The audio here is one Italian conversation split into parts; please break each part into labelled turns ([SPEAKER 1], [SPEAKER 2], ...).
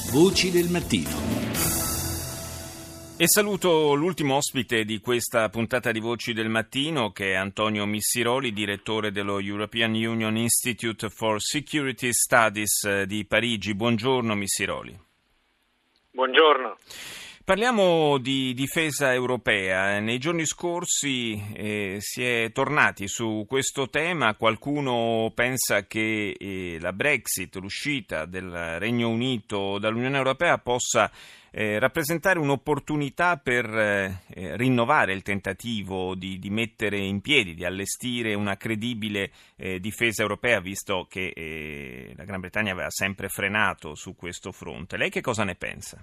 [SPEAKER 1] Voci del mattino.
[SPEAKER 2] E saluto l'ultimo ospite di questa puntata di Voci del Mattino, che è Antonio Missiroli, direttore dello European Union Institute for Security Studies di Parigi. Buongiorno Missiroli.
[SPEAKER 3] Buongiorno.
[SPEAKER 2] Parliamo di difesa europea. Nei giorni scorsi si è tornati su questo tema. Qualcuno pensa che la Brexit, l'uscita del Regno Unito dall'Unione Europea, possa rappresentare un'opportunità per rinnovare il tentativo di mettere in piedi, di allestire una credibile difesa europea, visto che la Gran Bretagna aveva sempre frenato su questo fronte. Lei che cosa ne pensa?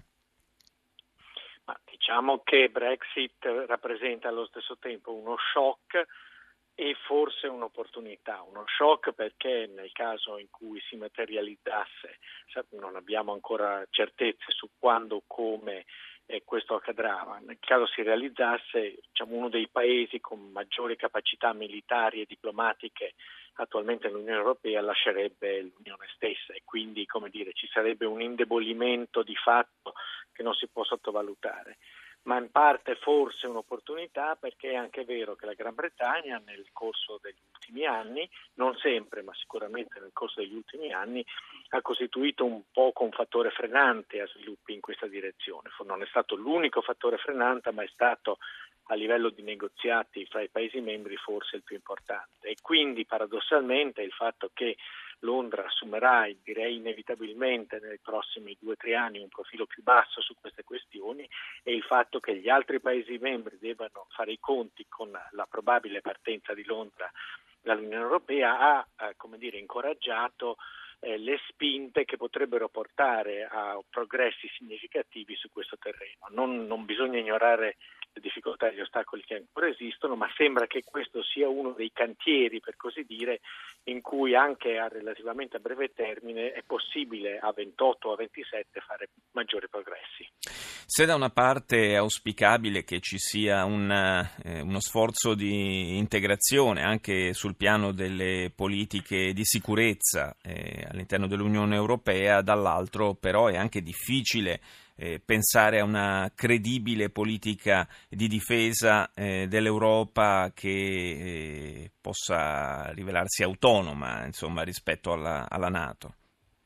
[SPEAKER 3] Ma diciamo che Brexit rappresenta allo stesso tempo uno shock e forse un'opportunità. Uno shock perché nel caso in cui si materializzasse, non abbiamo ancora certezze su quando, come questo accadrà, nel caso si realizzasse, uno dei paesi con maggiori capacità militari e diplomatiche attualmente nell'Unione Europea lascerebbe l'Unione stessa e quindi, ci sarebbe un indebolimento di fatto che non si può sottovalutare. Ma in parte forse un'opportunità, perché è anche vero che la Gran Bretagna nel corso degli ultimi anni, non sempre ma sicuramente nel corso degli ultimi anni, ha costituito un poco un fattore frenante a sviluppi in questa direzione. Non è stato l'unico fattore frenante, ma è stato a livello di negoziati fra i Paesi membri forse il più importante. E quindi paradossalmente il fatto che Londra assumerà, direi inevitabilmente nei prossimi 2 o 3 anni, un profilo più basso su queste questioni e il fatto che gli altri Paesi membri debbano fare i conti con la probabile partenza di Londra dall'Unione Europea ha incoraggiato le spinte che potrebbero portare a progressi significativi su questo terreno. Non bisogna ignorare le difficoltà e gli ostacoli che ancora esistono, ma sembra che questo sia uno dei cantieri, per così dire, in cui anche relativamente a breve termine è possibile a 28 o a 27 fare maggiori progressi.
[SPEAKER 2] Se da una parte è auspicabile che ci sia uno sforzo di integrazione anche sul piano delle politiche di sicurezza all'interno dell'Unione Europea, dall'altro però è anche difficile pensare a una credibile politica di difesa dell'Europa che possa rivelarsi autonoma, rispetto alla NATO.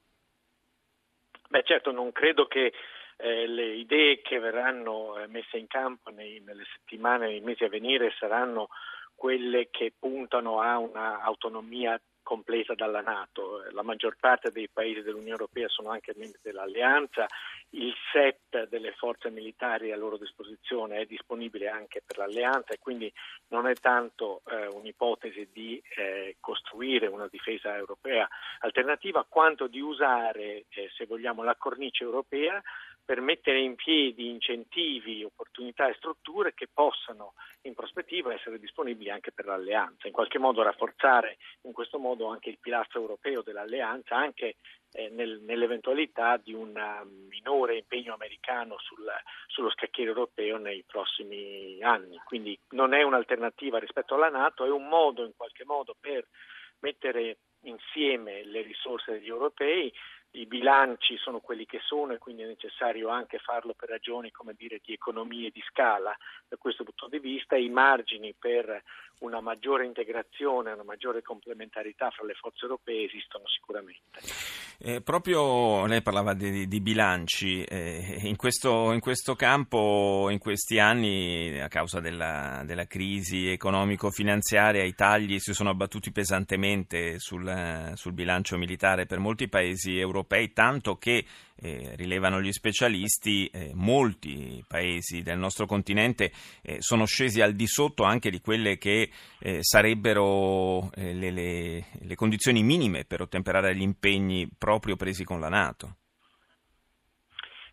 [SPEAKER 3] Beh, certo, non credo che le idee che verranno messe in campo nelle settimane e nei mesi a venire saranno quelle che puntano a una autonomia completa dalla NATO. La maggior parte dei paesi dell'Unione Europea sono anche membri dell'Alleanza, il set delle forze militari a loro disposizione è disponibile anche per l'Alleanza e quindi non è tanto un'ipotesi di costruire una difesa europea alternativa quanto di usare, se vogliamo, la cornice europea per mettere in piedi incentivi, opportunità e strutture che possano in prospettiva essere disponibili anche per l'Alleanza, in qualche modo rafforzare in questo modo anche il pilastro europeo dell'Alleanza, anche nell'eventualità di un minore impegno americano sullo scacchiere europeo nei prossimi anni. Quindi non è un'alternativa rispetto alla NATO, è un modo in qualche modo per mettere insieme le risorse degli europei. I bilanci sono quelli che sono e quindi è necessario anche farlo per ragioni di economie di scala da questo punto di vista. I margini per una maggiore integrazione, una maggiore complementarità fra le forze europee esistono sicuramente.
[SPEAKER 2] Proprio lei parlava di bilanci, in questo campo in questi anni a causa della crisi economico-finanziaria i tagli si sono abbattuti pesantemente sul bilancio militare per molti paesi europei, tanto che rilevano gli specialisti, molti paesi del nostro continente sono scesi al di sotto anche di quelle che sarebbero le condizioni minime per ottemperare agli impegni proprio presi con la NATO.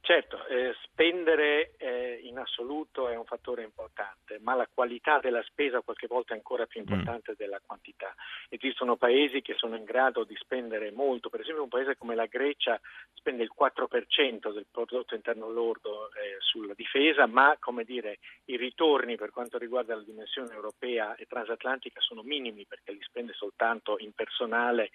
[SPEAKER 3] Certo, spendere in assoluto è un fattore importante, ma la qualità della spesa qualche volta è ancora più importante della quantità. Esistono paesi che sono in grado di spendere molto, per esempio un paese come la Grecia spende il 4% del prodotto interno lordo sulla difesa, ma i ritorni per quanto riguarda la dimensione europea e transatlantica sono minimi perché li spende soltanto in personale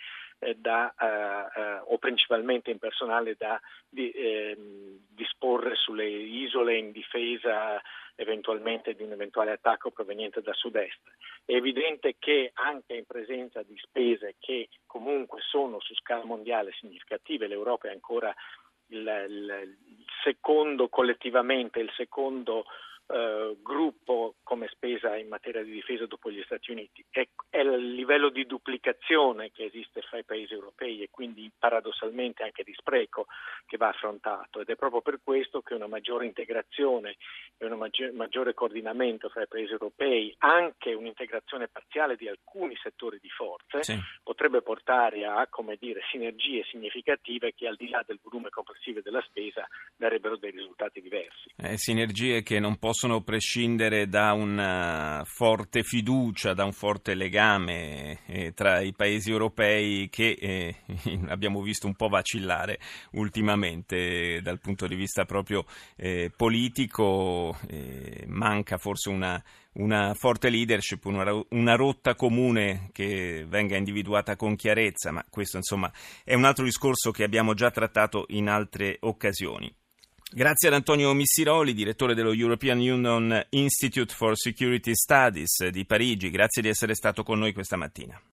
[SPEAKER 3] o principalmente in personale da disporre sulle isole in difesa eventualmente di un eventuale attacco proveniente da sud-est. È evidente che anche in presenza di spese che comunque sono su scala mondiale significative, l'Europa è ancora il secondo collettivamente, il secondo gruppo come spesa in materia di difesa dopo gli Stati Uniti. È il livello di duplicazione che esiste fra i paesi europei e quindi paradossalmente anche di spreco che va affrontato, ed è proprio per questo che una maggiore integrazione e un maggiore coordinamento fra i paesi europei, anche un'integrazione parziale di alcuni settori di forze, potrebbe portare a sinergie significative che al di là del volume complessivo della spesa darebbero dei risultati diversi.
[SPEAKER 2] Sinergie che non possono prescindere da una forte fiducia, da un forte legame tra i paesi europei che abbiamo visto un po' vacillare ultimamente dal punto di vista proprio politico. Manca forse una forte leadership, una rotta comune che venga individuata con chiarezza, ma questo insomma è un altro discorso che abbiamo già trattato in altre occasioni. Grazie ad Antonio Missiroli, direttore dello European Union Institute for Security Studies di Parigi. Grazie di essere stato con noi questa mattina.